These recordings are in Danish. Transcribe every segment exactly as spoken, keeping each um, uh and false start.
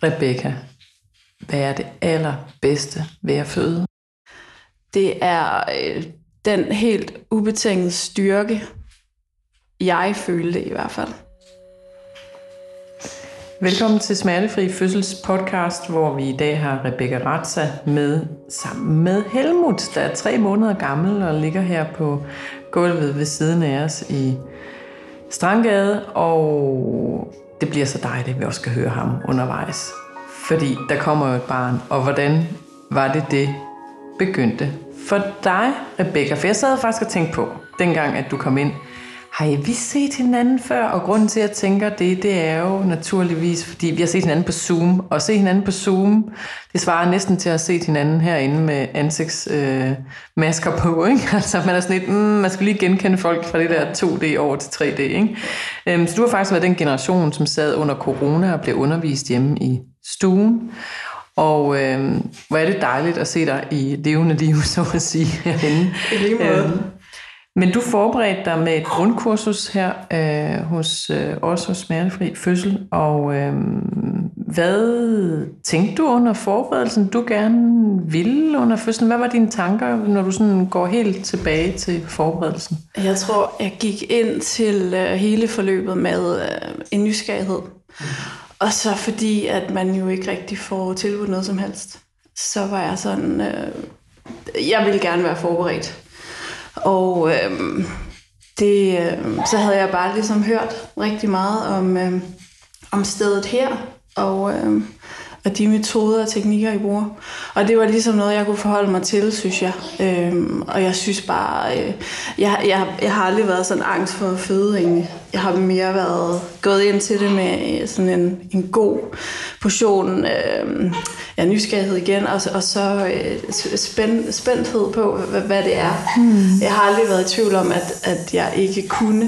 Rebecca, hvad er det allerbedste ved at føde? Det er øh, den helt ubetingede styrke, jeg følte i hvert fald. Velkommen til Smertefri Fødsels podcast, hvor vi i dag har Rebecca Ratza med sammen med Helmut, der er tre måneder gammel og ligger her på gulvet ved siden af os i Strandgade, og det bliver så dejligt, at vi også skal høre ham undervejs. Fordi der kommer jo et barn, og hvordan var det, det begyndte for dig, Rebecca? For jeg sad faktisk og tænkte på, dengang at du kom ind, har I vi set hinanden før? Og grunden til, at jeg tænker det, det er jo naturligvis, fordi vi har set hinanden på Zoom. Og se hinanden på Zoom, det svarer næsten til at have set hinanden herinde med ansigtsmasker øh, på. Ikke? Altså man er sådan lidt, mm, man skal lige genkende folk fra det der to D over til tre D. Ikke? Øhm, så du har faktisk været den generation, som sad under corona og blev undervist hjemme i stuen. Og øh, hvor er det dejligt at se dig i levende liv, så at sige, herinde. I lige måde. Øhm, Men du forberedte dig med et grundkursus her øh, hos øh, os hos Smertefri Fødsel, og øh, hvad tænkte du under forberedelsen, du gerne ville under fødslen? Hvad var dine tanker, når du sådan går helt tilbage til forberedelsen? Jeg tror, jeg gik ind til øh, hele forløbet med øh, en nysgerrighed. Mm. Og så fordi, at man jo ikke rigtig får tilbudt noget som helst, så var jeg sådan, øh, jeg ville gerne være forberedt. Og øh, det, øh, så havde jeg bare ligesom hørt rigtig meget om, øh, om stedet her, og, øh, og de metoder og teknikker, I bruger. Og det var ligesom noget, jeg kunne forholde mig til, synes jeg. Øh, og jeg synes bare, øh, jeg, jeg, jeg har aldrig været sådan angst for at føde egentlig. Jeg har mere været gået ind til det med sådan en, en god portion øh, ja, nysgerrighed igen, og, og så øh, spænd, spændthed på, hvad, hvad det er. Hmm. Jeg har aldrig været i tvivl om, at, at jeg ikke kunne.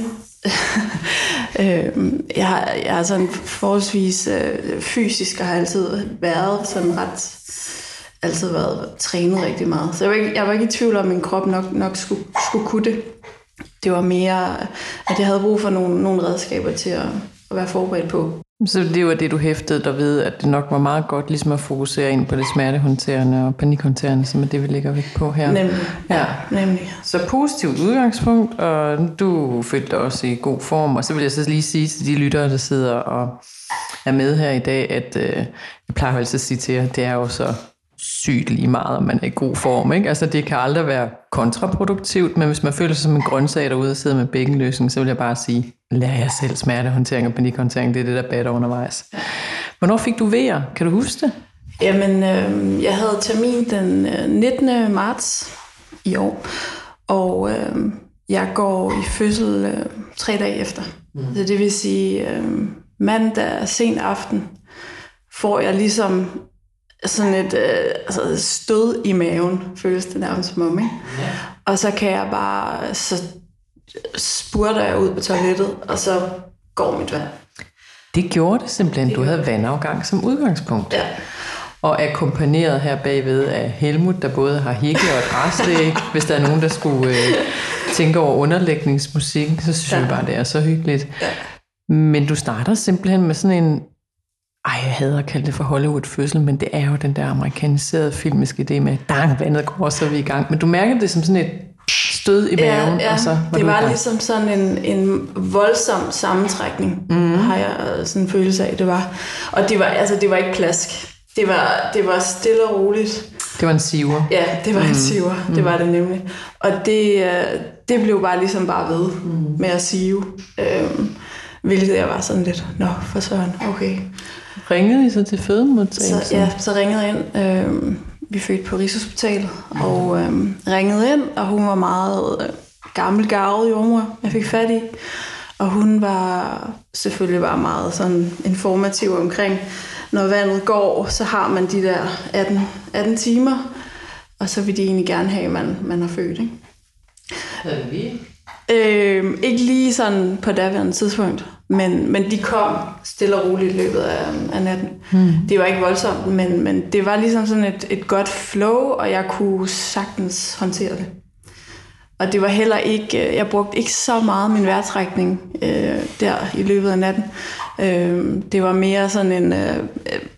øh, jeg, har, jeg er sådan forholdsvis øh, fysisk, og har altid været sådan ret, altid været trænet rigtig meget. Så jeg var ikke, jeg var ikke i tvivl om, at min krop nok, nok skulle, skulle kunne det. Det var mere, at jeg havde brug for nogle, nogle redskaber til at, at være forberedt på. Så det var det, du hæftede dig ved, at det nok var meget godt ligesom at fokusere ind på det smertehåndterende og panikhåndterende, som er det, vi lægger vægt på her. Nemlig. Ja. Ja, nemlig. Så positivt udgangspunkt, og du følte dig også i god form. Og så vil jeg så lige sige til de lyttere, der sidder og er med her i dag, at øh, jeg plejer jo altid at sige til jer, det er jo så sygt lige meget, om man er i god form. Ikke? Altså det kan aldrig være kontraproduktivt, men hvis man føler sig som en grøntsag derude og sidder med bækkenløsning, så vil jeg bare sige, lær jer selv smertehåndtering og panikhåndtering, det er det, der batter undervejs. Hvornår fik du vejer? Kan du huske det? Jamen, øh, jeg havde termin den nittende marts i år, og øh, jeg går i fødsel øh, tre dage efter. Mm. Så det vil sige, øh, mandag sen aften får jeg ligesom sådan et øh, altså stød i maven, føles det nærmest som om, ikke? Ja. Og så kan jeg bare, så spurter jeg ud på toilettet, og så går mit vand. Det gjorde det simpelthen. Du havde vandafgang som udgangspunkt. Ja. Og akkompagneret her bagved af Helmut, der både har hikke og et græslæg. Hvis der er nogen, der skulle øh, tænke over underlægningsmusik, så synes ja. jeg bare, det er så hyggeligt. Ja. Men du starter simpelthen med sådan en, ej, jeg hader at kalde det for Hollywood-fødsel, men det er jo den der amerikaniserede filmiske idé med, dang, vandet går, så er vi i gang. Men du mærker det som sådan et stød i maven. Ja, ja. Og så var det var ligesom sådan en, en voldsom sammentrækning, mm. har jeg sådan en følelse af, det var. Og det var, altså, det var ikke plask. Det var, det var stille og roligt. Det var en siver. Ja, det var mm. en siver. Det var det nemlig. Og det, det blev bare ligesom bare ved mm. med at sive. Øhm, hvilket jeg var sådan lidt, nå, for søren, okay. Ringede I så til fødemodtagelsen? Så, ja, så ringede jeg ind. Øhm, vi fødte på Rigshospitalet, og øhm, ringede ind, og hun var meget øh, gammelgarvet jordmor, jeg fik fat i. Og hun var selvfølgelig bare meget sådan informativ omkring, når vandet går, så har man de der atten, atten timer, og så vil de egentlig gerne have, at man, man har født. Ikke? Havde vi? Øh, ikke lige sådan på daværende tidspunkt, men, men de kom stille og roligt i løbet af, af natten. Hmm. Det var ikke voldsomt, men, men det var ligesom sådan et, et godt flow, og jeg kunne sagtens håndtere det. Og det var heller ikke, jeg brugte ikke så meget min vejrtrækning øh, der i løbet af natten. Øh, det var mere sådan en, øh,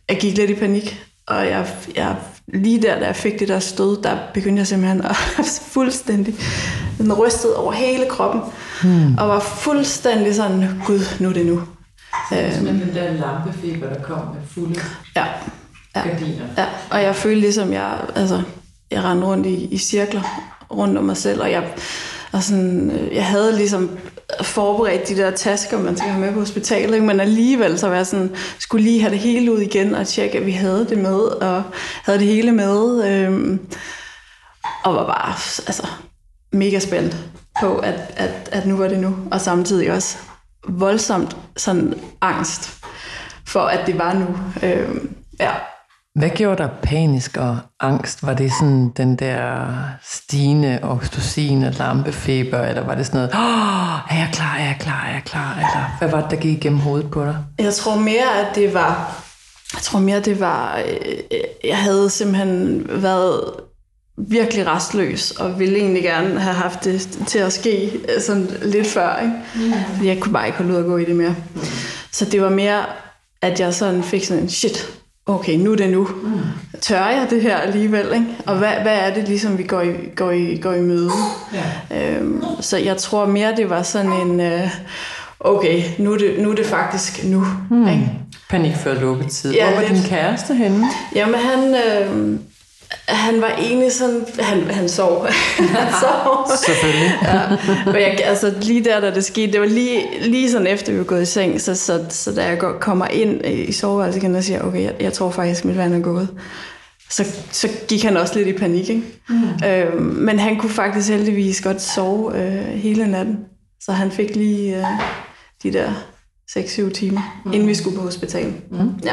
jeg gik lidt i panik, og jeg, jeg, lige der, da jeg fik det der stød, der begyndte jeg simpelthen at fuldstændig den rystede over hele kroppen, hmm. og var fuldstændig sådan, gud, nu er det nu. Øhm, den der lampefeber, der kom med fulde ja, ja, gardiner. Ja, og jeg følte ligesom, jeg, altså, jeg rendte rundt i, i cirkler rundt om mig selv, og jeg, og sådan, jeg havde ligesom forberedt de der tasker, man skal have med på hospitalet, ikke? Men alligevel så var jeg sådan, skulle lige have det hele ud igen og tjekke, at vi havde det med, og havde det hele med, øhm, og var bare altså, mega spændt på, at, at, at nu var det nu, og samtidig også voldsomt sådan angst for, at det var nu. Øhm, ja. Hvad gjorde dig panisk og angst? Var det sådan den der stigende oxytocin og lampefeber, eller var det sådan noget, åh, er jeg klar, er jeg klar, er jeg klar? Eller hvad var det, der gik igennem hovedet på dig? Jeg tror mere, at det var, jeg tror mere, det var, jeg havde simpelthen været virkelig restløs, og ville egentlig gerne have haft det til at ske sådan lidt før, ikke? Mm. Fordi jeg kunne bare ikke holde ud at gå i det mere. Mm. Så det var mere, at jeg sådan fik sådan en shit, okay, nu er det nu. Mm. Tør jeg det her alligevel, ikke? Og hvad, hvad er det ligesom, vi går i, går i, går i møde? Ja. Øhm, så jeg tror mere, det var sådan en, øh, okay, nu er, det, nu er det faktisk nu. Mm. Ikke? Panik før lukketid. Ja, hvor var lidt. Din kæreste henne? Jamen, han... Øh, Han var egentlig sådan, han, han sov. han sov. Selvfølgelig. ja. Og jeg, altså lige der, da det skete, det var lige, lige sådan efter, vi var gået i seng, så, så, så da jeg kommer ind i soveværelset igen og siger, okay, jeg, jeg tror faktisk, mit vand er gået, så, så gik han også lidt i panik, ikke? Mm. Øhm, men han kunne faktisk heldigvis godt sove øh, hele natten, så han fik lige øh, de der seks syv timer, mm. inden vi skulle på hospitalet. Mm. Ja.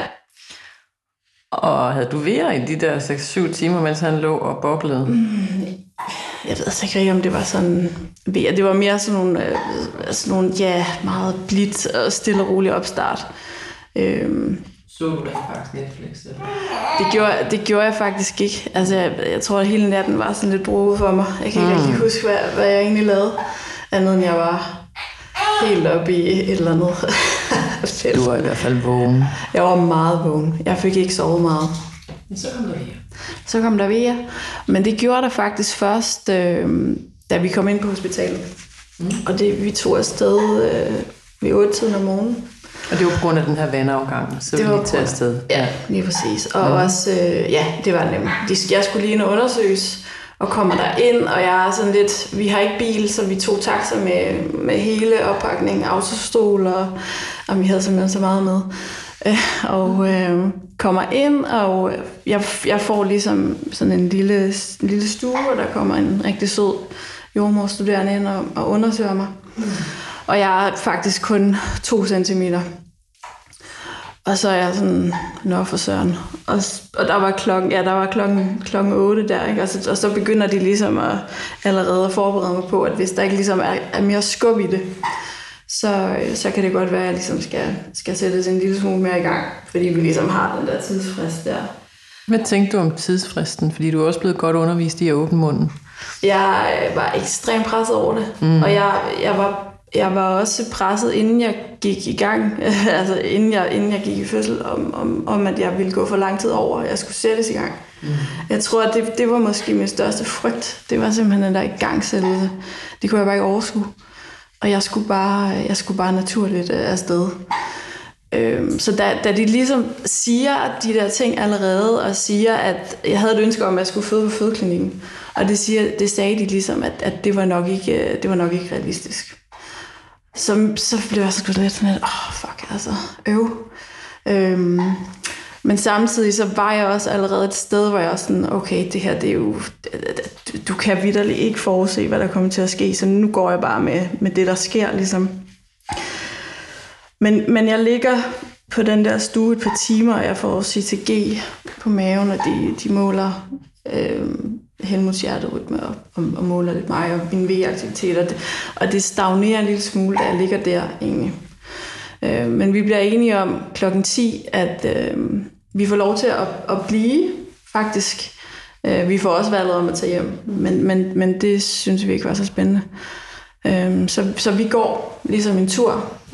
Og havde du vejret i de der seks syv timer, mens han lå og boblede? Mm, jeg ved altså ikke, om det var sådan vejr. Det var mere sådan nogle, øh, sådan nogle ja, meget blidt og stille og rolig opstart. Øhm, Så du da faktisk Netflix? Eller? Det gjorde, det gjorde jeg faktisk ikke. Altså, jeg, jeg tror, at hele natten var sådan lidt broget for mig. Jeg kan ikke mm. rigtig huske, hvad, hvad jeg egentlig lavede. Andet end jeg var helt oppe i et eller andet. Du var i hvert fald vågen. Jeg var meget vågen. Jeg fik ikke sovet meget. Men så kom der vejr. Så kom der vejr. Men det gjorde der faktisk først, øh, da vi kom ind på hospitalet. Mm. Og det, vi tog afsted øh, ved otte tiden om morgenen. Og det var på grund af den her vandafgang, så det vi lige tager afsted. Ja, lige præcis. Og mm. også, øh, ja, det var nemt. Jeg skulle lige ind og undersøges, og kommer der ind, og jeg er sådan lidt, vi har ikke bil, så vi tog taxa med, med hele oppakningen, autostol, og, og vi havde simpelthen så meget med. Øh, og øh, kommer ind, og jeg, jeg får ligesom sådan en lille, lille stue, og der kommer en rigtig sød jordemoderstuderende ind og, og undersøger mig. Mm. Og jeg er faktisk kun to centimeter. Og så er jeg sådan, nå for søren. Og, og der var klokken, ja, der var klokken, klokken otte der, ikke? Og så, og så begynder de ligesom at allerede at forberede mig på, at hvis der ikke ligesom er, er mere skub i det, så, så kan det godt være, at jeg ligesom skal, skal sættes en lille smule mere i gang, fordi vi ligesom har den der tidsfrist der. Hvad tænkte du om tidsfristen? Fordi du er også blevet godt undervist i at åbne munden. Jeg var ekstremt presset over det, mm. og jeg, jeg var Jeg var også presset, inden jeg gik i gang, altså inden jeg, inden jeg gik i fødsel, om, om, om at jeg ville gå for lang tid over, og jeg skulle sættes i gang. Mm. Jeg tror, at det, det var måske min største frygt. Det var simpelthen den der igangsættelse. Det kunne jeg bare ikke overskue. Og jeg skulle bare, jeg skulle bare naturligt afsted. Øhm, så da, da de ligesom siger de der ting allerede, og siger, at jeg havde et ønske om, at jeg skulle føde på fødeklinikken, og det, siger, det sagde de ligesom, at, at det, var nok ikke, det var nok ikke realistisk. Så, så blev jeg sgu lidt sådan lidt, åh, oh, fuck, altså, øv. Øhm, men samtidig så var jeg også allerede et sted, hvor jeg også sådan, okay, det her, det er jo, du, du kan vitterligt ikke forudse, hvad der kommer til at ske, så nu går jeg bare med, med det, der sker, ligesom. Men, men jeg ligger på den der stue et par timer, og jeg får C T G på maven, og de, de måler øh, Helmuts hjerterytme og, og, og måler lidt mig og min V-aktivitet, og det, og det stagnerer en lille smule, da jeg ligger der egentlig. Øh, men vi bliver enige om klokken ti, at øh, vi får lov til at, at blive, faktisk. Øh, vi får også valget om at tage hjem, men, men, men det synes vi ikke var så spændende. Øh, så, så vi går ligesom en tur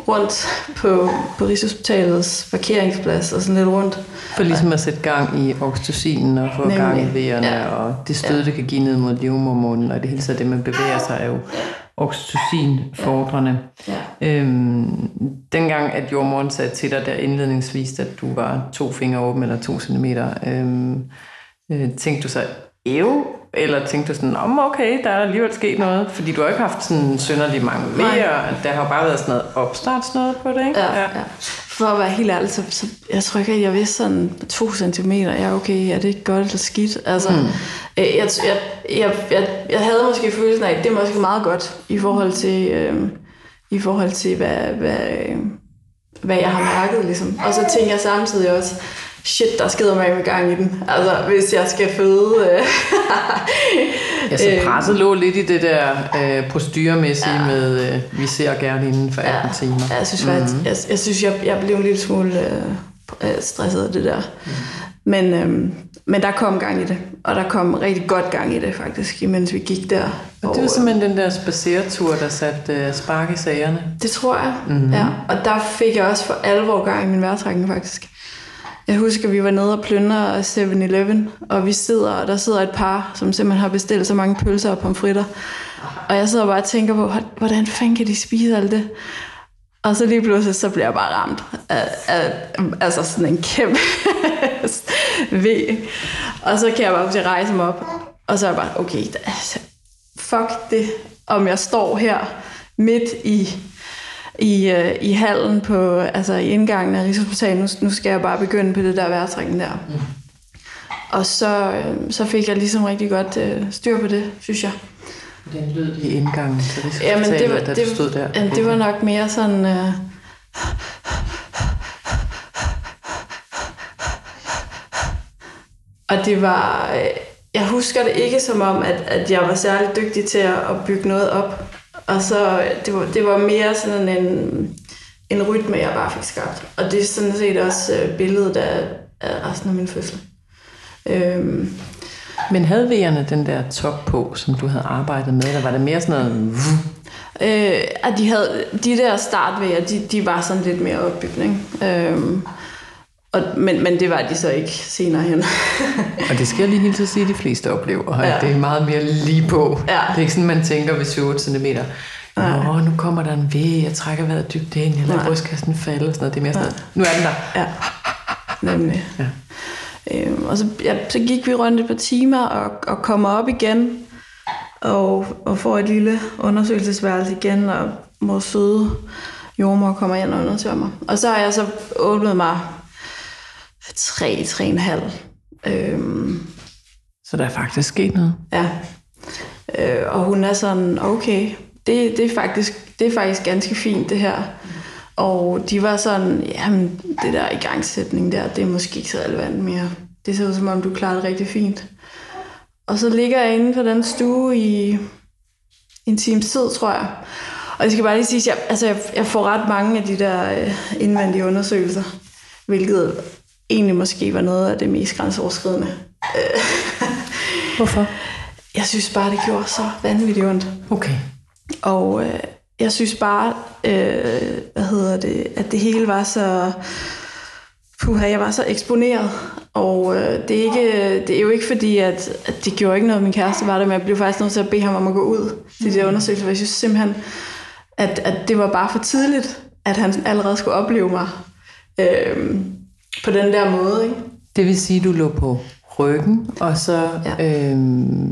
rundt på, på Rigshospitalets parkeringsplads og sådan lidt rundt. For ligesom at sætte gang i oxytocinen og få Nemlig. gang i vejerne, ja. og det stød, ja. det kan give ned mod livmormunden, og det hele taget det, man bevæger sig, er jo oxytocin-fordrende. Ja. Ja. Øhm, dengang, at jordmoren sagde til dig der indledningsvis, at du var to fingre åben eller to centimeter, øhm, øh, tænkte du så, ev? Eller tænkte du sådan, om okay, der er alligevel sket noget? Fordi du har ikke haft sådan synderligt mange vejer. Der har bare været sådan noget opstartsnoget på det, ikke? Ja, ja. ja. For at være helt ærlig, så, så jeg tror ikke, at jeg vidste sådan to centimeter. Ja, okay, er det ikke godt eller skidt? Altså, mm. jeg, jeg, jeg, jeg, jeg havde måske følelsen af, at det er måske meget godt i forhold til, øh, i forhold til hvad, hvad, hvad jeg har mærket, ligesom. Og så tænker jeg samtidig også, shit, der skider mig med gang i den. Altså, hvis jeg skal føde... Øh, ja, så presset lå lidt i det der øh, proceduremæssige ja. med, øh, vi ser gerne inden for atten ja. timer. Ja, jeg synes faktisk, mm-hmm. jeg, jeg, synes, jeg, jeg blev en lille smule øh, stresset af det der. Mm. Men, øh, men der kom gang i det, og der kom rigtig godt gang i det, faktisk, imens vi gik der. Og, og det var simpelthen den der spaceretur, der satte øh, spark i sagerne? Det tror jeg, mm-hmm. ja. Og der fik jeg også for alvor gang i min vejrtrækning, faktisk. Jeg husker, at vi var nede og plyndre seven eleven, og vi sidder, og der sidder et par, som simpelthen har bestilt så mange pølser og pomfritter. Og jeg sidder bare og tænker på, hvordan fanden kan de spise alt det? Og så lige pludselig, så bliver jeg bare ramt af, af altså sådan en kæmpe V. Og så kan jeg bare rejse mig op, og så er jeg bare, okay, fuck det, om jeg står her midt i... I, øh, i hallen på, altså i indgangen af Rigshospitalet. Nu, nu skal jeg bare begynde på det der vejrtrækning der. Mm. Og så, øh, så fik jeg ligesom rigtig godt øh, styr på det, synes jeg. Den lød i indgangen til Rigshospitalet, ja, det var, da det, du stod der? Ja, det var nok mere sådan... Øh, og det var... Øh, jeg husker det ikke som om, at, at jeg var særlig dygtig til at, at bygge noget op. Og så, det var, det var mere sådan en, en rytme, jeg bare fik skabt. Og det er sådan set også billedet af, af resten af min fødsel. Øhm. Men havde vejerne den der top på, som du havde arbejdet med, eller var det mere sådan noget... Øh, at de, havde, de der startvejer, de, de var sådan lidt mere opbygning. Øhm. Og, men, men det var de så ikke senere hen. Og det skal jeg lige helt til at sige, at de fleste oplever, at ja. det er meget mere lige på. Ja. Det er ikke sådan, man tænker ved syv otte centimeter. Nå, nu kommer der en væg, jeg trækker vejret dybt ind, jeg lader brystkassen falde og sådan noget. Det er mere sådan noget. Nu er den der. Ja, nemlig. Ja. Øhm, og så, ja, så gik vi rundt et par timer og, og kommer op igen og, og får et lille undersøgelsesværelse igen, og vores søde jordmor kommer ind og undersøger mig. Og så har jeg så åbnet mig tre, tre og en halv. Øhm, så der er faktisk sket noget? Ja. Øh, og hun er sådan, okay, det, det, er faktisk, det er faktisk ganske fint det her. Og de var sådan, jamen det der igangsætning der, det er måske ikke så relevant mere. Det ser ud som om, du klarer det rigtig fint. Og så ligger jeg inde på den stue i en times tid, tror jeg. Og jeg skal bare lige sige, at jeg, altså jeg, jeg får ret mange af de der øh, indvendige undersøgelser, hvilket egentlig måske var noget af det mest grænseoverskridende. Hvorfor? Jeg synes bare, det gjorde så vanvittigt ondt. Okay. Og øh, jeg synes bare, øh, hvad hedder det, at det hele var så... Puha, jeg var så eksponeret. Og øh, det, er ikke, det er jo ikke fordi, at, at det gjorde ikke noget, min kæreste var der, men jeg blev faktisk nødt til at bede ham om at gå ud til de der undersøgelser. Jeg synes simpelthen, at, at det var bare for tidligt, at han allerede skulle opleve mig øh, på den der måde. Ikke? Det vil sige, at du lå på ryggen, og så ja. øh,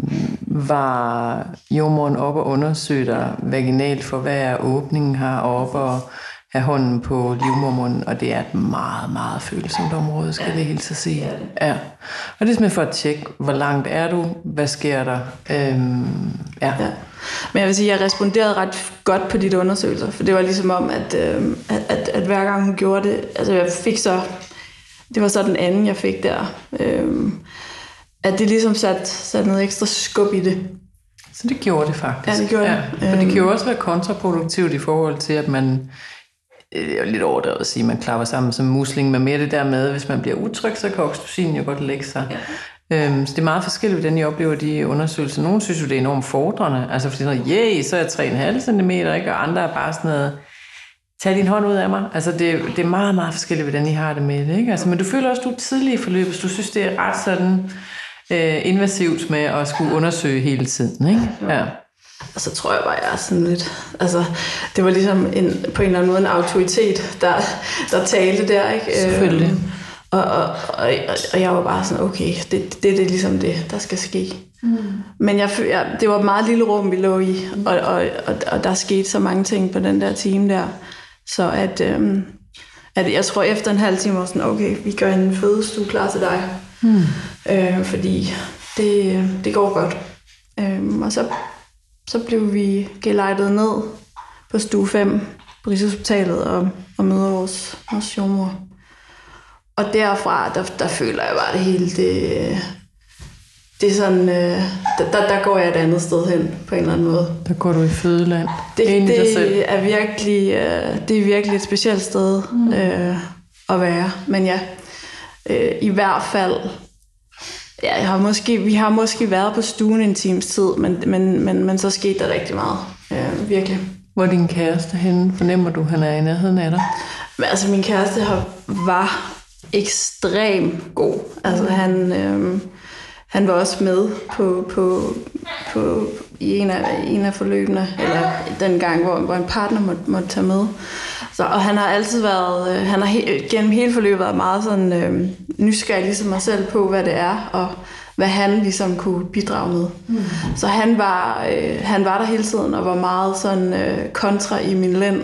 var jordmoren op og undersøgte dig vaginalt for, hvad er åbningen heroppe, og have hånden på livmormunden, og det er et meget, meget følsomt område, skal ja. det helt så sige. Ja. Og det er simpelthen for at tjekke, hvor langt er du, hvad sker der? Øhm, ja. ja. Men jeg vil sige, at jeg responderede ret godt på dit undersøgelser, for det var ligesom om, at, øh, at, at, at hver gang hun gjorde det, altså jeg fik så, det var så den anden, jeg fik der, øh, at det ligesom satte sat noget ekstra skub i det. Så det gjorde det faktisk. Ja, det gjorde ja. det. Men det kan jo også være kontraproduktivt i forhold til, at man, det er jo lidt overdrevet at sige, at man klapper sammen som musling, men mere det der med, hvis man bliver utryg, så kan oxytocin jo godt lægge sig. Ja. Øhm, så det er meget forskelligt, hvordan I oplever de undersøgelser. Nogle synes jo, det er enormt fordrende, altså fordi sådan noget, yeah, så er jeg tre komma fem centimeter, ikke? Og andre er bare sådan noget, tag din hånd ud af mig. Altså, det, det er meget, meget forskelligt, hvordan I har det med det, ikke? Altså, men du føler også, du er tidlig i forløbet, du synes, det er ret sådan øh, invasivt med at skulle undersøge hele tiden, ikke? Ja. Og så tror jeg bare, jeg er sådan lidt... Altså, det var ligesom en, på en eller anden måde en autoritet, der, der talte der, ikke? Selvfølgelig. Øhm, og, og, og, og jeg var bare sådan, okay, det, det, det er ligesom det, der skal ske. Mm. Men jeg, jeg, det var et meget lille rum, vi lå i, og, og, og, og der skete så mange ting på den der time der, så at, øhm, at jeg tror efter en halv time var sådan, okay, vi gør en fødestue klar til dig, mm. øh, fordi det, det går godt. Øh, og så, så blev vi gelejtet ned på stue fem på Rigshospitalet og, og møder vores, vores jordmor. Og derfra, der, der føler jeg bare det hele, det... Det er sådan, øh, der, der går jeg et andet sted hen, på en eller anden måde. Der går du i fødeland. Det, det er virkelig, øh, det er virkelig et specielt sted mm. øh, at være. Men ja, øh, i hvert fald, ja, jeg har måske, vi har måske været på stuen en times tid, men, men, men, men så skete der rigtig meget. Øh, virkelig. Hvor er din kæreste henne? Fornemmer du, han er i nærheden af dig? Men, altså, min kæreste har, var ekstremt god. Altså, mm. han... Øh, Han var også med på, på, på, i en af, en af forløbene, eller den gang, hvor, hvor en partner måtte, måtte tage med. Så, og han har altid været, han har he, gennem hele forløbet været meget sådan, øh, nysgerrig ligesom mig selv på, hvad det er, og hvad han ligesom kunne bidrage med. Mm. Så han var, øh, han var der hele tiden, og var meget sådan øh, kontra i min lænd.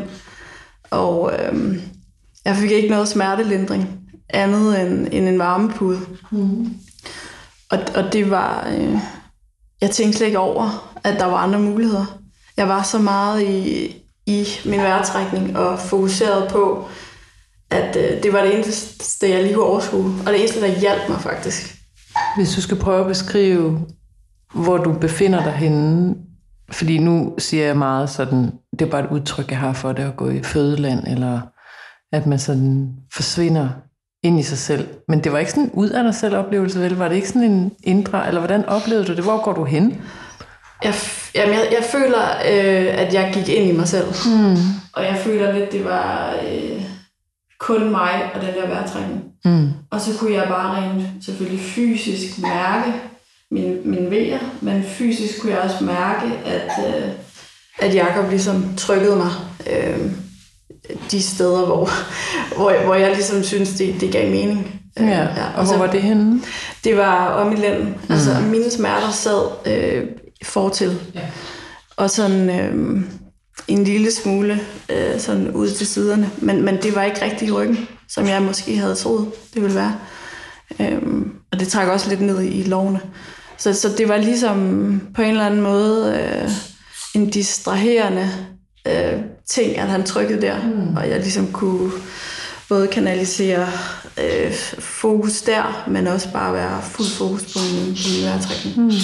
Og øh, jeg fik ikke noget smertelindring, andet end, end en varmepude. Mm. Og, og det var... Øh, jeg tænkte slet ikke over, at der var andre muligheder. Jeg var så meget i, i min vejrtrækning og fokuseret på, at øh, det var det eneste, jeg lige kunne overskue. Og det eneste, der hjalp mig faktisk. Hvis du skal prøve at beskrive, hvor du befinder dig henne, fordi nu siger jeg meget sådan, det er bare et udtryk, jeg har for det at gå i fødeland, eller at man sådan forsvinder ind i sig selv. Men det var ikke sådan en ud af dig selv oplevelse, vel? Var det ikke sådan en indre, eller hvordan oplevede du det? Hvor går du hen? Jeg, jamen, jeg, jeg føler, øh, at jeg gik ind i mig selv. Mm. Og jeg føler lidt, det var øh, kun mig og den der vejrtrækning. Mm. Og så kunne jeg bare rent selvfølgelig fysisk mærke min, min vejer, men fysisk kunne jeg også mærke, at, øh, at Jakob ligesom trykkede mig øh, de steder, hvor, hvor, hvor jeg ligesom synes, det, det gav mening. Ja, ja. Og, og hvor så, var det henne? Det var om i lænden. Mm. Altså, mine smerter sad øh, fortil. Ja. Og sådan øh, en lille smule øh, sådan ud til siderne. Men, men det var ikke rigtig i ryggen, som jeg måske havde troet, det ville være. Øhm, og det trak også lidt ned i, i lovene. Så, så det var ligesom på en eller anden måde øh, en distraherende øh, ting, at han trykkede der. Mm. Og jeg ligesom kunne både kanalisere øh, fokus der, men også bare være fuld fokus på min, på min vejrtrækning. Mm.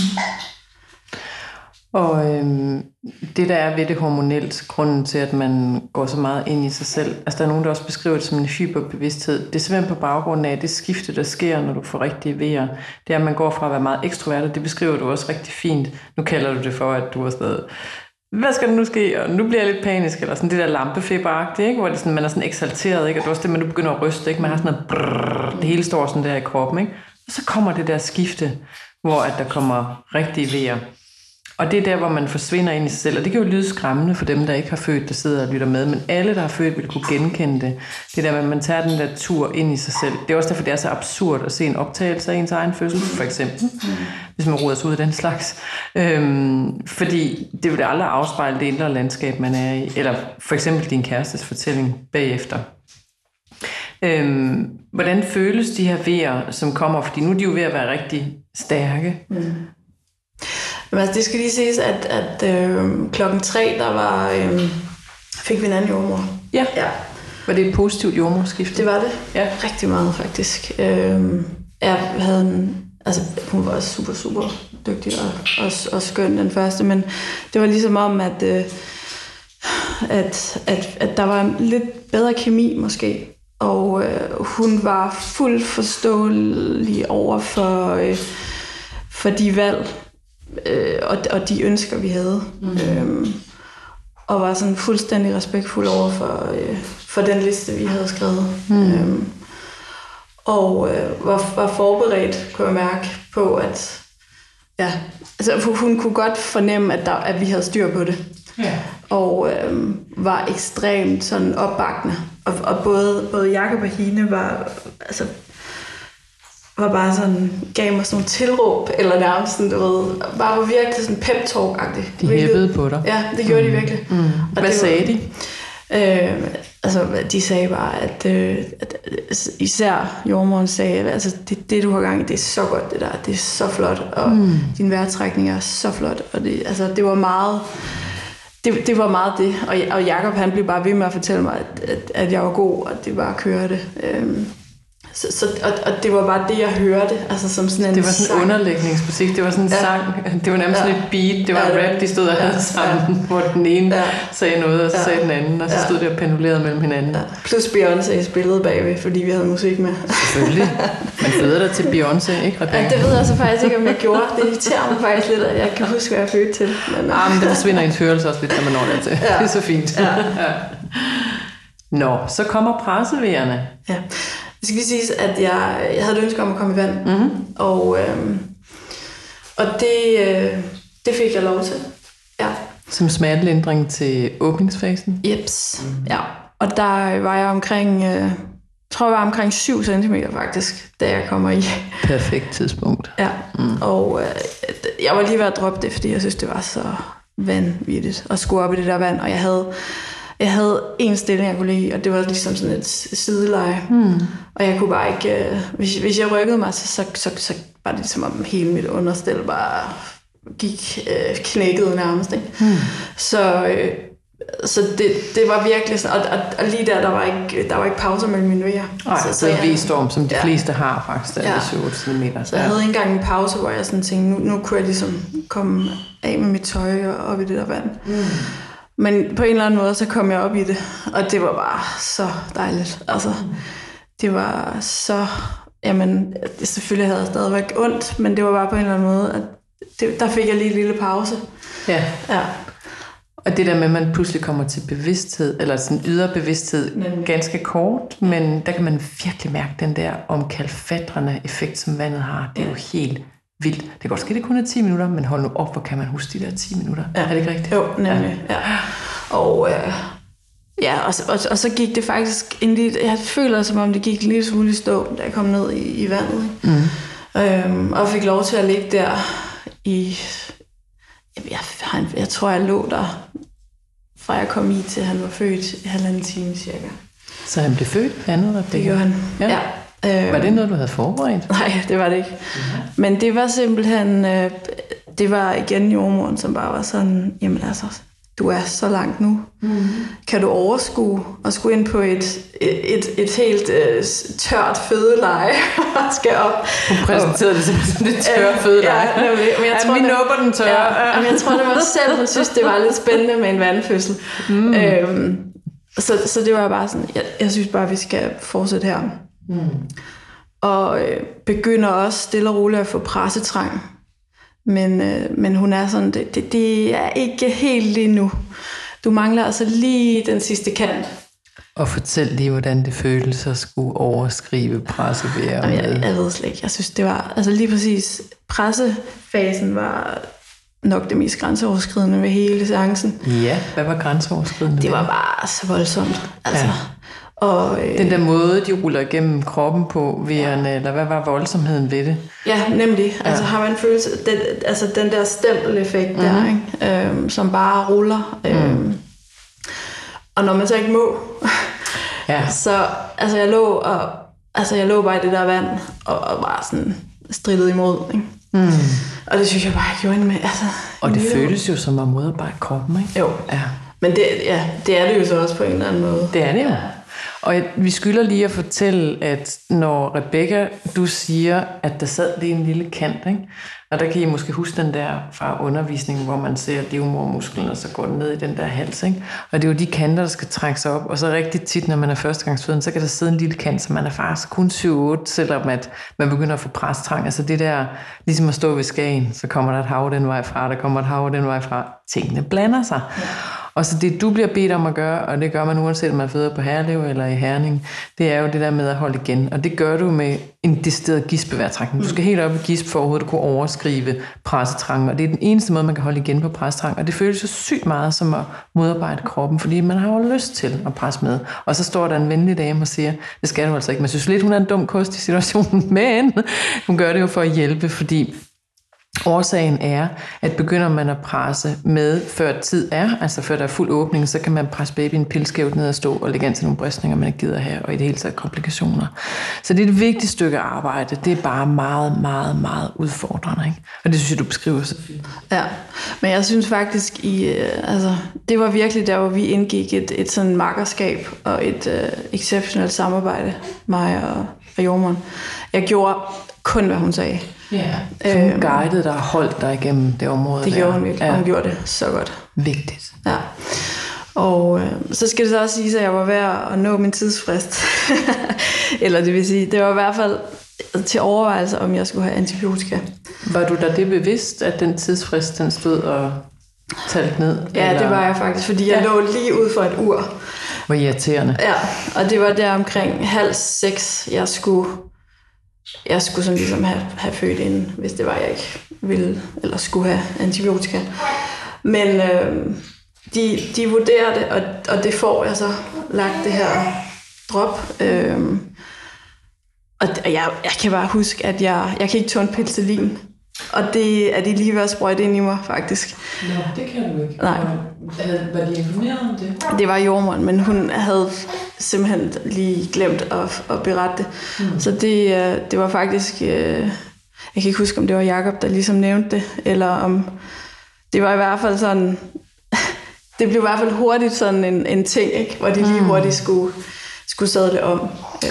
Og øhm, det der er ved det hormonelt, grunden til, at man går så meget ind i sig selv, altså der er nogen, der også beskriver det som en hyperbevidsthed, det er simpelthen på baggrund af det skifte, der sker, når du får rigtige vejer. Det er, at man går fra at være meget ekstrovert, og det beskriver du også rigtig fint. Nu kalder du det for, at du er stadig, hvad skal der nu ske? Og nu bliver jeg lidt panisk, eller sådan det der lampefeberagtigt, ikke? Hvor det sådan, man er sådan eksalteret, ikke? Og det er også det, man nu begynder at ryste, ikke? Man har sådan noget brrr, det hele står sådan der i kroppen, ikke? Og så kommer det der skifte, hvor at der kommer rigtige vejer. Og det er der, hvor man forsvinder ind i sig selv. Og det kan jo lyde skræmmende for dem, der ikke har født, der sidder og lytter med. Men alle, der har født, vil kunne genkende det. Det er der, at man tager den der tur ind i sig selv. Det er også derfor, det er så absurd at se en optagelse af ens egen fødsel, for eksempel. Hvis man roder sig ud af den slags. Øhm, fordi det vil aldrig afspejle det indre landskab, man er i. Eller for eksempel din kærestes fortælling bagefter. Øhm, hvordan føles de her vejer, som kommer? Fordi nu er de jo ved at være rigtig stærke. Mm. Men altså, det skal lige siges, at, at øh, klokken tre, der var, øh, fik vi en anden jordmor. Ja. ja. Var det et positivt jordmorskift? Det var det. Ja. Rigtig meget, faktisk. Øh, jeg havde en, altså, hun var super, super dygtig og, og, og skøn den første, men det var ligesom om, at, øh, at, at, at der var en lidt bedre kemi, måske. Og øh, hun var fuldt forståelig over for, øh, for de valg, Øh, og, og de ønsker, vi havde. Mm. Øhm, og var sådan fuldstændig respektfuld over for, øh, for den liste, vi havde skrevet. Mm. Øhm, og øh, var, var forberedt, kunne jeg mærke, på, at ja, altså, hun kunne godt fornemme, at, der, at vi havde styr på det. Yeah. Og øh, var ekstremt sådan opbakkende. Og, og både, både Jakob og Hine var, altså, var bare sådan, gav mig sådan nogle tilråb, eller nærmest sådan, du ved, bare var virkelig sådan pep-talk-agtigt. De hæppede på dig. Ja, det gjorde mm. de virkelig. Mm. Hvad det sagde var, de? Øh, altså, de sagde bare, at, øh, at især jordmoren sagde, altså, det, det du har gang i, det er så godt, det der, det er så flot, og mm. din vejrtrækning er så flot, og det, altså, det var meget, det, det var meget det, og, og Jakob, han blev bare ved med at fortælle mig, at, at, at jeg var god, og det bare kørte. Øh, Så, så, og, og det var bare det, jeg hørte, altså som sådan en Det var sådan en underlægningsmusik, det var sådan en ja. sang, det var nærmest ja. sådan et beat, det var ja, rap, de stod og havde ja. sammen, ja. hvor den ene ja. sagde noget, og så ja. sagde den anden, og så stod det og pendulerede mellem hinanden. Ja. Plus Beyoncé spillede bagved, fordi vi havde musik med. Selvfølgelig. Man føder dig til Beyoncé, ikke Rebecca? Ja, det ved jeg så faktisk ikke, om jeg gjorde. Det irriterer mig faktisk lidt, at jeg kan huske, hvad jeg er født til. Men, ah, men det forsvinder ens hørelse også lidt, når man når det til. Ja. Det er så fint. Ja. ja. Nå, så kommer pressevægerne. Ja. Det skal lige siges, at jeg, jeg havde et ønske om at komme i vand, mm-hmm. og, øhm, og det, øh, det fik jeg lov til. Ja. Som smertelindring til åbningsfasen? Jeps, mm-hmm. ja. Og der var jeg omkring, øh, jeg tror jeg var omkring syv centimeter faktisk, da jeg kommer i. Perfekt tidspunkt. Ja, mm. og øh, jeg var lige ved at droppe det, fordi jeg synes, det var så vanvittigt at skulle op i det der vand, og jeg havde... Jeg havde en stilling, jeg kunne lide, og det var ligesom sådan et sideleje. Hmm. Og jeg kunne bare ikke... Øh, hvis, hvis jeg rykkede mig, så, så, så, så var det ligesom om hele mit understel bare gik øh, knækket nærmest. Ikke? Hmm. Så, øh, så det, det var virkelig sådan... Og, og, og lige der, der var ikke, der var ikke pauser mellem mine vejer. Nej, så, så det er V-storm, som de ja. fleste har faktisk, der ja. er syv otte centimeter. Så jeg havde ikke engang en pause, hvor jeg sådan tænkte, nu, nu kunne jeg ligesom komme af med mit tøj og op i det der vand. Hmm. Men på en eller anden måde, så kom jeg op i det, og det var bare så dejligt. Altså, det var så... Jamen, det selvfølgelig havde jeg stadigvæk ondt, men det var bare på en eller anden måde, at det, der fik jeg lige en lille pause. Ja. Ja. Og det der med, at man pludselig kommer til bevidsthed, eller sådan ydre bevidsthed, men, ganske kort, men der kan man virkelig mærke den der omkalfatrende effekt, som vandet har. Det er jo helt vildt. Det kan godt ske, det kun er ti minutter, men hold nu op, hvor kan man huske de der ti minutter? Ja. Er det ikke rigtigt? Jo, nemlig. Ja. Ja. Og, øh, ja, og, og, og så gik det faktisk en lille, jeg føler som om det gik en lille smule i stå, da jeg kom ned i, i vandet. Mm. Øhm, og fik lov til at ligge der i, jeg, jeg, jeg tror jeg lå der, fra jeg kom i til han var født i halvanden time cirka. Så han blev født andet, Rebecca? Det gjorde han, ja. ja. Var det noget, du havde forberedt? Nej, det var det ikke. Mm-hmm. Men det var simpelthen, øh, det var igen jordmoren, som bare var sådan, jamen altså, du er så langt nu. Mm-hmm. Kan du overskue og skulle ind på et, et, et, et helt øh, tørt fødeleje og skal op? Hun præsenterede det som det tørre fødeleje. Ja, nemlig. Men jeg ja, tror, vi nupper den tørre. Ja, men jeg tror, det var selv, hun synes, det var lidt spændende med en vandfødsel. Mm. Øhm, så, så det var bare sådan, jeg, jeg synes bare, vi skal fortsætte her. Mm. Og øh, begynder også stille og roligt at få pressetrang. Men, øh, men hun er sådan, det, det, det er ikke helt lige nu. Du mangler altså lige den sidste kant. Og fortæl lige, hvordan det føles at skulle overskrive pressevære med. Jeg, jeg ved slet ikke. Jeg synes, det var, altså lige præcis, pressefasen var nok det mest grænseoverskridende ved hele seancen. Ja, hvad var grænseoverskridende? Det var bare så voldsomt. Altså, ja. Og, øh, den der måde, de ruller igennem kroppen på vejerne, ja. Eller hvad var voldsomheden ved det? Ja, nemlig. Ja. Altså har man en følelse, den, altså den der stempeleffekt mm-hmm. der, ikke? Øhm, som bare ruller. Øhm, mm. Og når man så ikke må, ja. så altså jeg lå og altså jeg lå bare i det der vand og, og bare sådan strittet imod, ikke? Mm. Og det synes jeg bare, jeg gjorde en med. Altså, og det føles jo som at modarbejde kroppen, ikke? Jo. Ja. Men det, ja, det er det jo så også på en eller anden måde. Det er det jo. Og vi skylder lige at fortælle, at når Rebecca, du siger, at der sad lige en lille kant, ikke? Og der kan I måske huske den der fra undervisningen, hvor man ser livmormusklen, og så går den ned i den der hals, ikke? Og det er jo de kanter, der skal trække sig op. Og så rigtig tit, når man er førstegangsfødende, så kan der sidde en lille kant, så man er faktisk kun syv otte, selvom at man begynder at få presstrang. Altså det der, ligesom at stå ved Skagen, så kommer der et hav den vej fra, der kommer et hav den vej fra. Tingene blander sig. Ja. Og så det, du bliver bedt om at gøre, og det gør man uanset om man føder på Herlev eller i Herning, det er jo det der med at holde igen. Og det gør du med en decideret gispevejrtrækning. Du skal helt op i gisp for overhovedet at kunne overskrive pressetrangen. Og det er den eneste måde, man kan holde igen på pressetrangen. Og det føles så sygt meget som at modarbejde kroppen, fordi man har jo lyst til at presse med. Og så står der en venlig dame og siger, det skal du altså ikke. Man synes lidt, hun er en dum kost i situationen, men hun gør det jo for at hjælpe, fordi årsagen er, at begynder man at presse med, før tid er, altså før der er fuld åbning, så kan man presse babyen pilskævt ned og stå og lægge an til nogle brystninger, man ikke gider have, og i det hele taget komplikationer. Så det er et vigtigt stykke arbejde. Det er bare meget, meget, meget udfordrende. Ikke? Og det synes jeg, du beskriver så fint. Ja, men jeg synes faktisk, i, altså, det var virkelig der, hvor vi indgik et, et sådan makkerskab og et uh, exceptionelt samarbejde, mig og, og jordmoren. Jeg gjorde kun, hvad hun sagde. Ja, så hun øhm, guidede dig og holdt dig igennem det område. Det der. gjorde hun virkelig, ja. Hun gjorde det så godt. Vigtigt. Ja. Og øh, så skal det så også sige, at jeg var ved at nå min tidsfrist. Eller det vil sige, det var i hvert fald til overvejelse, om jeg skulle have antibiotika. Var du da det bevidst, at den tidsfrist, den stod og talte ned? Ja, eller? Det var jeg faktisk, fordi jeg ja. lå lige ud for et ur. Hvor irriterende. Ja, og det var der omkring halv seks, jeg skulle... Jeg skulle sådan ligesom have, have født inden, hvis det var, jeg ikke ville, eller skulle have antibiotika. Men øh, de, de vurderer det, og, og det får jeg så lagt det her drop. Øh, og jeg, jeg kan bare huske, at jeg, jeg kan ikke tåle penicillin. Og det er de lige ved at sprøjte ind i mig, faktisk. Nå, det kan du ikke. Nej. Var de informeret om det? Det var jordmoren, men hun havde simpelthen lige glemt at, at berette det. Mm. Så det, det var faktisk... Jeg kan ikke huske, om det var Jakob, der ligesom nævnte det, eller om... Det var i hvert fald sådan... Det blev i hvert fald hurtigt sådan en, en ting, ikke? Hvor de lige hurtigt skulle, skulle sadle om.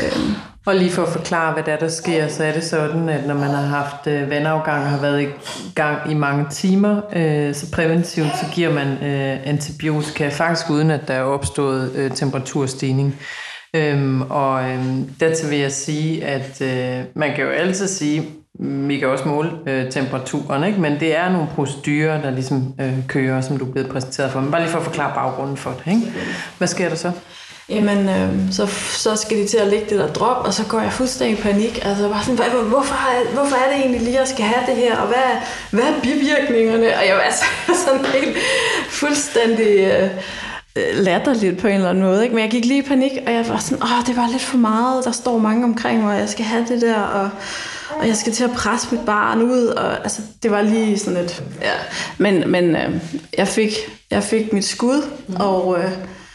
Og lige for at forklare, hvad der, der sker, så er det sådan, at når man har haft øh, vandafgang og har været i gang i mange timer, øh, så præventivt, så giver man øh, antibiotika, faktisk uden at der er opstået øh, temperaturstigning. Øhm, og øh, dertil vil jeg sige, at øh, man kan jo altid sige, vi kan også måle øh, temperaturen, ikke? Men det er nogle procedurer, der ligesom øh, kører, som du er blevet præsenteret for. Men bare lige for at forklare baggrunden for det. Ikke? Hvad sker der så? Jamen, øh, så, så skal de til at lægge det der drop, og så går jeg fuldstændig i panik. Altså bare sådan, hvorfor, hvorfor er det egentlig lige, at jeg skal have det her, og hvad, hvad er bivirkningerne? Og jeg var altså sådan helt fuldstændig øh, latterligt på en eller anden måde. Ikke? Men jeg gik lige i panik, og jeg var sådan, åh, det var lidt for meget. Der står mange omkring mig, og jeg skal have det der, og, og jeg skal til at presse mit barn ud. Og, altså, det var lige sådan et... Ja. Men, men øh, jeg, fik, jeg fik mit skud, mm. og... Øh,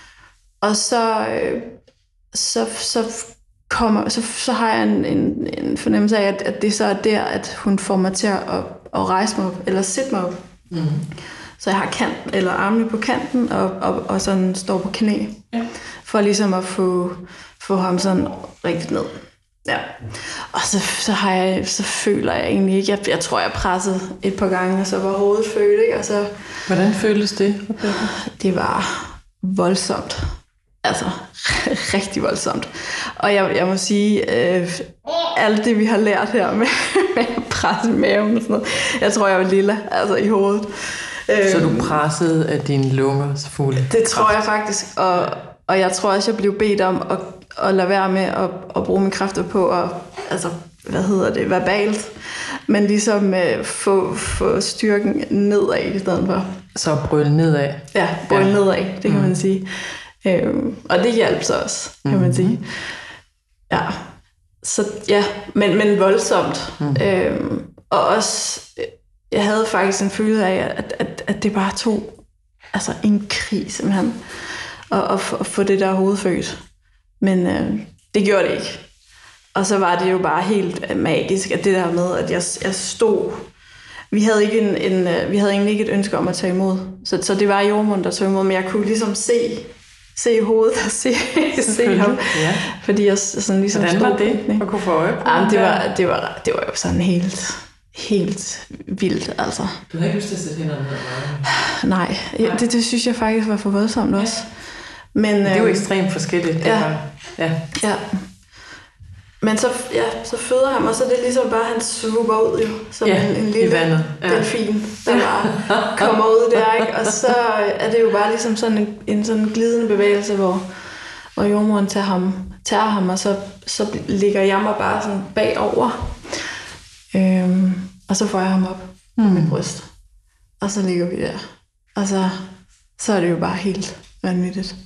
Og så, øh, så, så, kommer, så, så har jeg en, en, en fornemmelse af, at, at det så er der, at hun får mig til at, at rejse mig op, eller sætte mig op. Mm-hmm. Så jeg har kanten, eller armene på kanten, og, og, og sådan står på knæ. Ja. For ligesom at få, få ham sådan rigtig ned. Ja. Og så, så, har jeg, så føler jeg egentlig ikke, jeg, jeg tror, jeg pressede et par gange, og så var hovedet følt, ikke? Og så, hvordan føltes det? Okay. Det var voldsomt. Altså, rigtig voldsomt. Og jeg, jeg må sige, øh, alt det, vi har lært her med, med at presse maven og sådan noget, jeg tror, jeg var lilla, altså i hovedet. Så du pressede af dine lunger så fulde? Det tror jeg faktisk, og, og jeg tror også, jeg blev bedt om at, at lade være med at, at bruge mine kræfter på at, altså, hvad hedder det, verbalt, men ligesom øh, få, få styrken nedad i stedet for. Så brøle nedad? Ja, brøle ja. nedad, det kan mm. man sige. Øhm, og det hjalp så også, kan mm-hmm. man sige. Ja, så ja, men, men voldsomt. Mm. Øhm, og også, jeg havde faktisk en følelse af, at, at, at det bare tog altså en krig simpelthen, at, at, at få det der hovedfødt. Men øh, det gjorde det ikke. Og så var det jo bare helt magisk, at det der med, at jeg, jeg stod... Vi havde, ikke en, en, vi havde egentlig ikke et ønske om at tage imod. Så, så det var jordmoren, der tog imod, men jeg kunne ligesom se... se hovedet og se, se ham. Ja. Fordi jeg sådan ligesom hvordan stod... var det at kunne få øje på? Ja, det, var, det, var, det var jo sådan helt, helt vildt, altså. Du havde ikke lyst til at sætte hænderne ned? Nej, Nej. Det, det synes jeg faktisk var for voldsomt også. Men, det er jo øh, ekstremt forskelligt. Det ja, var, ja. ja. men så, ja, så føder ham, og så er det ligesom bare, han swooper ud jo, som ja, en, en lille ja. delfin, der bare kommer ud der, ikke? Og så er det jo bare ligesom sådan en, en sådan glidende bevægelse, hvor, hvor jordmoren tager ham, tager ham, og så, så ligger jeg mig bare sådan bagover, øhm, og så får jeg ham op på mm. mit bryst, og så ligger vi der, og så, så er det jo bare helt vanvittigt.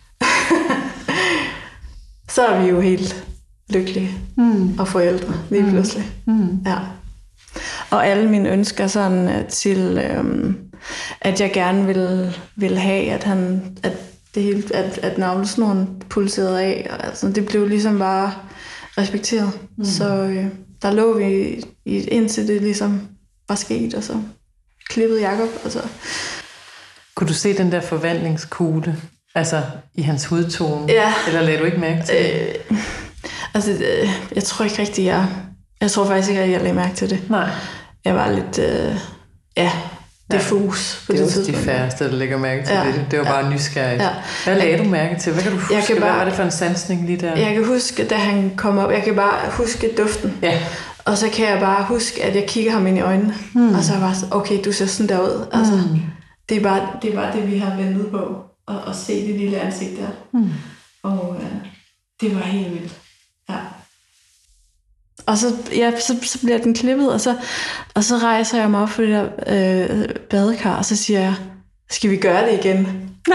Så er vi jo helt lykkelige mm. og forældre lige pludselig. Mm. Ja. Og alle mine ønsker sådan til, øhm, at jeg gerne vil, vil have, at han, at det hele, at, at navlesnoren pulserede af, og altså, det blev ligesom bare respekteret. Mm. Så øh, der lå vi i, indtil det ligesom var sket, og så klippede Jakob, og så. Kunne du se den der forvandlingskugle, altså i hans hudtone, ja. Eller lagde du ikke mærke til det? Øh, altså, øh, jeg tror ikke rigtig, jeg... Jeg tror faktisk ikke, at jeg lagde mærke til det. Nej. Jeg var lidt, øh, ja, diffus ja, på det, det tidspunkt. Det er også de færreste, der lægger mærke til ja. det. Det var ja. bare nysgerrigt. Ja. Hvad lagde du mærke til? Hvad kan du huske? Jeg kan bare, hvad var det for en sansning lige der? Jeg kan huske, da han kom op, jeg kan bare huske duften. Ja. Og så kan jeg bare huske, at jeg kigger ham ind i øjnene. Hmm. Og så var jeg okay, du ser sådan der ud. Altså, hmm. det, er bare, det er bare det, vi har ventet på. At, at se det lille ansigt der. Hmm. Og øh, det var helt vildt. Ja. Og så, ja, så, så bliver den klippet, og så, og så rejser jeg mig op for det der øh, badekar, og så siger jeg, skal vi gøre det igen?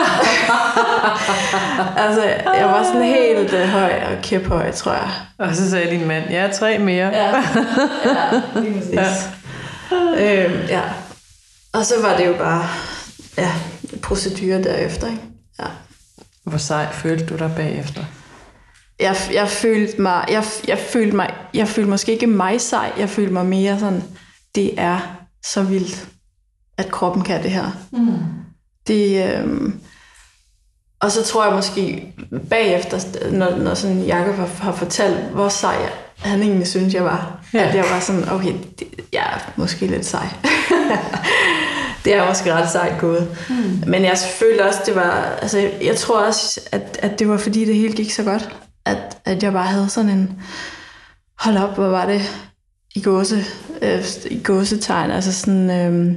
Altså, jeg var sådan helt øh, høj og kæphøj, tror jeg. Og så sagde din mand, ja, tre mere. Ja, ja lige præcis. Ja. Øhm, ja. Og så var det jo bare, ja, procedure derefter, ikke? Ja. Hvor sej følte du dig bagefter? Jeg, jeg følte mig, jeg, jeg følte mig, jeg følte måske ikke mig sej, jeg følte mig mere sådan, det er så vildt, at kroppen kan det her. Mm. Det, øhm, og så tror jeg måske bagefter, når, når sådan Jakob har, har fortalt, hvor sej han egentlig synes jeg var, ja. At jeg var sådan, okay, det, jeg er måske lidt sej. Det er måske ret sejt gået. Mm. Men jeg følte også, det var, altså jeg, jeg tror også, at, at det var fordi det hele gik så godt. At, at jeg bare havde sådan en, hold op, hvor var det i gåse, øh, i gåsetegn, altså sådan øh,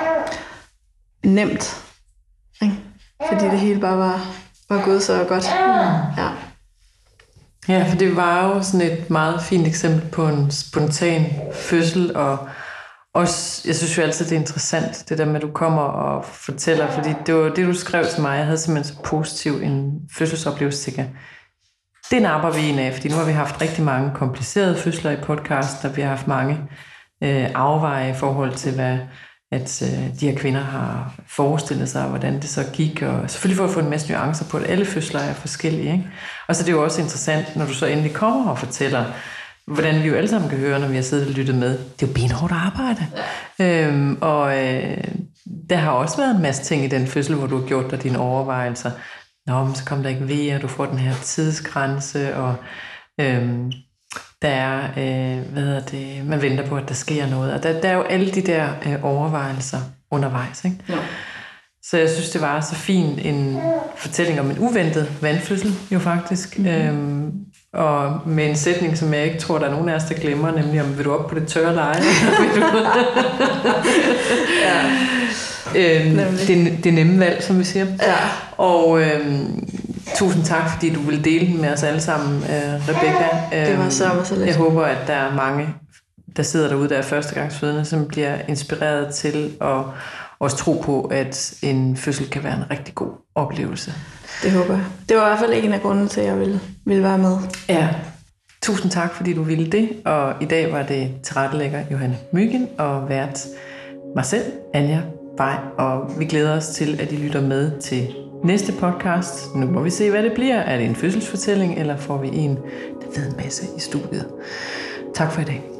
nemt, ikke? Fordi det hele bare var, var gået så godt. Ja. Ja, for det var jo sådan et meget fint eksempel på en spontan fødsel, og også, jeg synes jo altid, det er interessant, det der med, at du kommer og fortæller, fordi det var det, du skrev til mig, jeg havde simpelthen så positiv en fødselsoplevelse, sikkert. Det napper vi en af, fordi nu har vi haft rigtig mange komplicerede fødsler i podcasten, og vi har haft mange øh, afveje i forhold til, hvad at, øh, de her kvinder har forestillet sig, hvordan det så gik, og selvfølgelig for at få en masse nuancer på, at alle fødsler er forskellige. Ikke? Og så er det jo også interessant, når du så endelig kommer og fortæller, hvordan vi jo alle sammen kan høre, når vi har siddet og lyttet med. Det er jo benhårdt arbejde. Ja. Øhm, og øh, der har også været en masse ting i den fødsel, hvor du har gjort dig dine overvejelser. Nå, men så kom der ikke ved, og du får den her tidsgrænse, og øhm, der er, øh, hvad hedder det, man venter på, at der sker noget. Og der, der er jo alle de der øh, overvejelser undervejs. Ikke? Ja. Så jeg synes, det var så fin en fortælling om en uventet vandfødsel, jo faktisk. Mm-hmm. Øhm, og med en sætning, som jeg ikke tror, der er nogen af os, der glemmer, nemlig om, vil du op på det tørre leje? Ja. Øhm, det, det nemme valg, som vi siger. Ja. Og øhm, tusind tak, fordi du ville dele den med os alle sammen, øh, Rebecca. Øhm, det var så så lidt. Jeg håber, at der er mange, der sidder derude, der er førstegangsfødende, som bliver inspireret til at også tro på, at en fødsel kan være en rigtig god oplevelse. Det håber jeg. Det var i hvert fald en af grundene til, at jeg ville, ville være med. Ja. Tusind tak, fordi du ville det. Og i dag var det tilrettelægger Johanne Myggen og vært mig selv, Anja Bay. Og vi glæder os til, at I lytter med til næste podcast. Nu må vi se, hvad det bliver. Er det en fødselsfortælling, eller får vi en, der ved en masse i studiet? Tak for i dag.